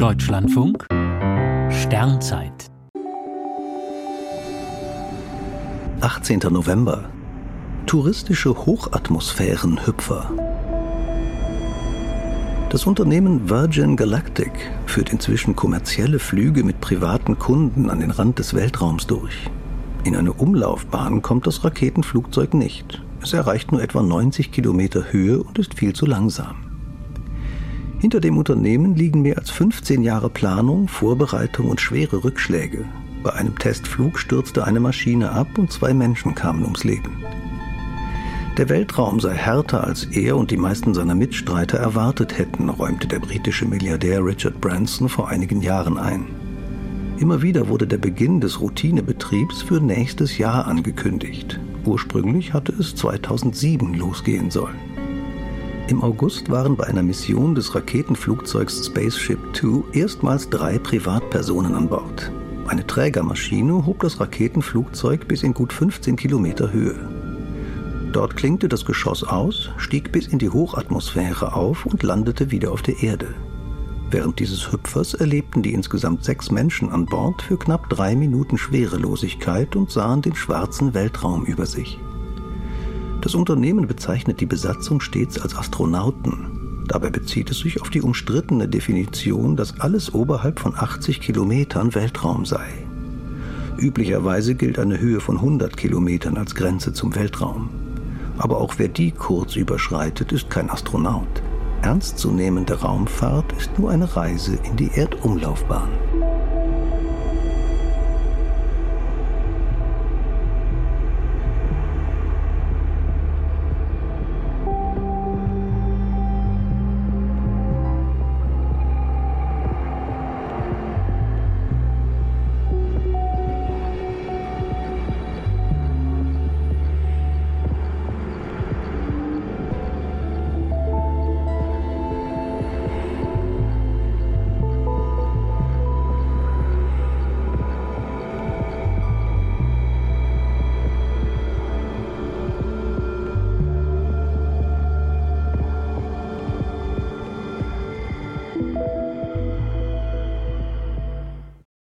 Deutschlandfunk Sternzeit 18. November. Touristische Hochatmosphärenhüpfer. Das Unternehmen Virgin Galactic führt inzwischen kommerzielle Flüge mit privaten Kunden an den Rand des Weltraums durch. In eine Umlaufbahn kommt das Raketenflugzeug nicht. Es erreicht nur etwa 90 Kilometer Höhe und ist viel zu langsam. Hinter dem Unternehmen liegen mehr als 15 Jahre Planung, Vorbereitung und schwere Rückschläge. Bei einem Testflug stürzte eine Maschine ab und 2 Menschen kamen ums Leben. Der Weltraum sei härter, als er und die meisten seiner Mitstreiter erwartet hätten, räumte der britische Milliardär Richard Branson vor einigen Jahren ein. Immer wieder wurde der Beginn des Routinebetriebs für nächstes Jahr angekündigt. Ursprünglich hatte es 2007 losgehen sollen. Im August waren bei einer Mission des Raketenflugzeugs Spaceship Two erstmals 3 Privatpersonen an Bord. Eine Trägermaschine hob das Raketenflugzeug bis in gut 15 Kilometer Höhe. Dort klingte das Geschoss aus, stieg bis in die Hochatmosphäre auf und landete wieder auf der Erde. Während dieses Hüpfers erlebten die insgesamt 6 Menschen an Bord für knapp 3 Minuten Schwerelosigkeit und sahen den schwarzen Weltraum über sich. Das Unternehmen bezeichnet die Besatzung stets als Astronauten. Dabei bezieht es sich auf die umstrittene Definition, dass alles oberhalb von 80 Kilometern Weltraum sei. Üblicherweise gilt eine Höhe von 100 Kilometern als Grenze zum Weltraum. Aber auch wer die kurz überschreitet, ist kein Astronaut. Ernstzunehmende Raumfahrt ist nur eine Reise in die Erdumlaufbahn.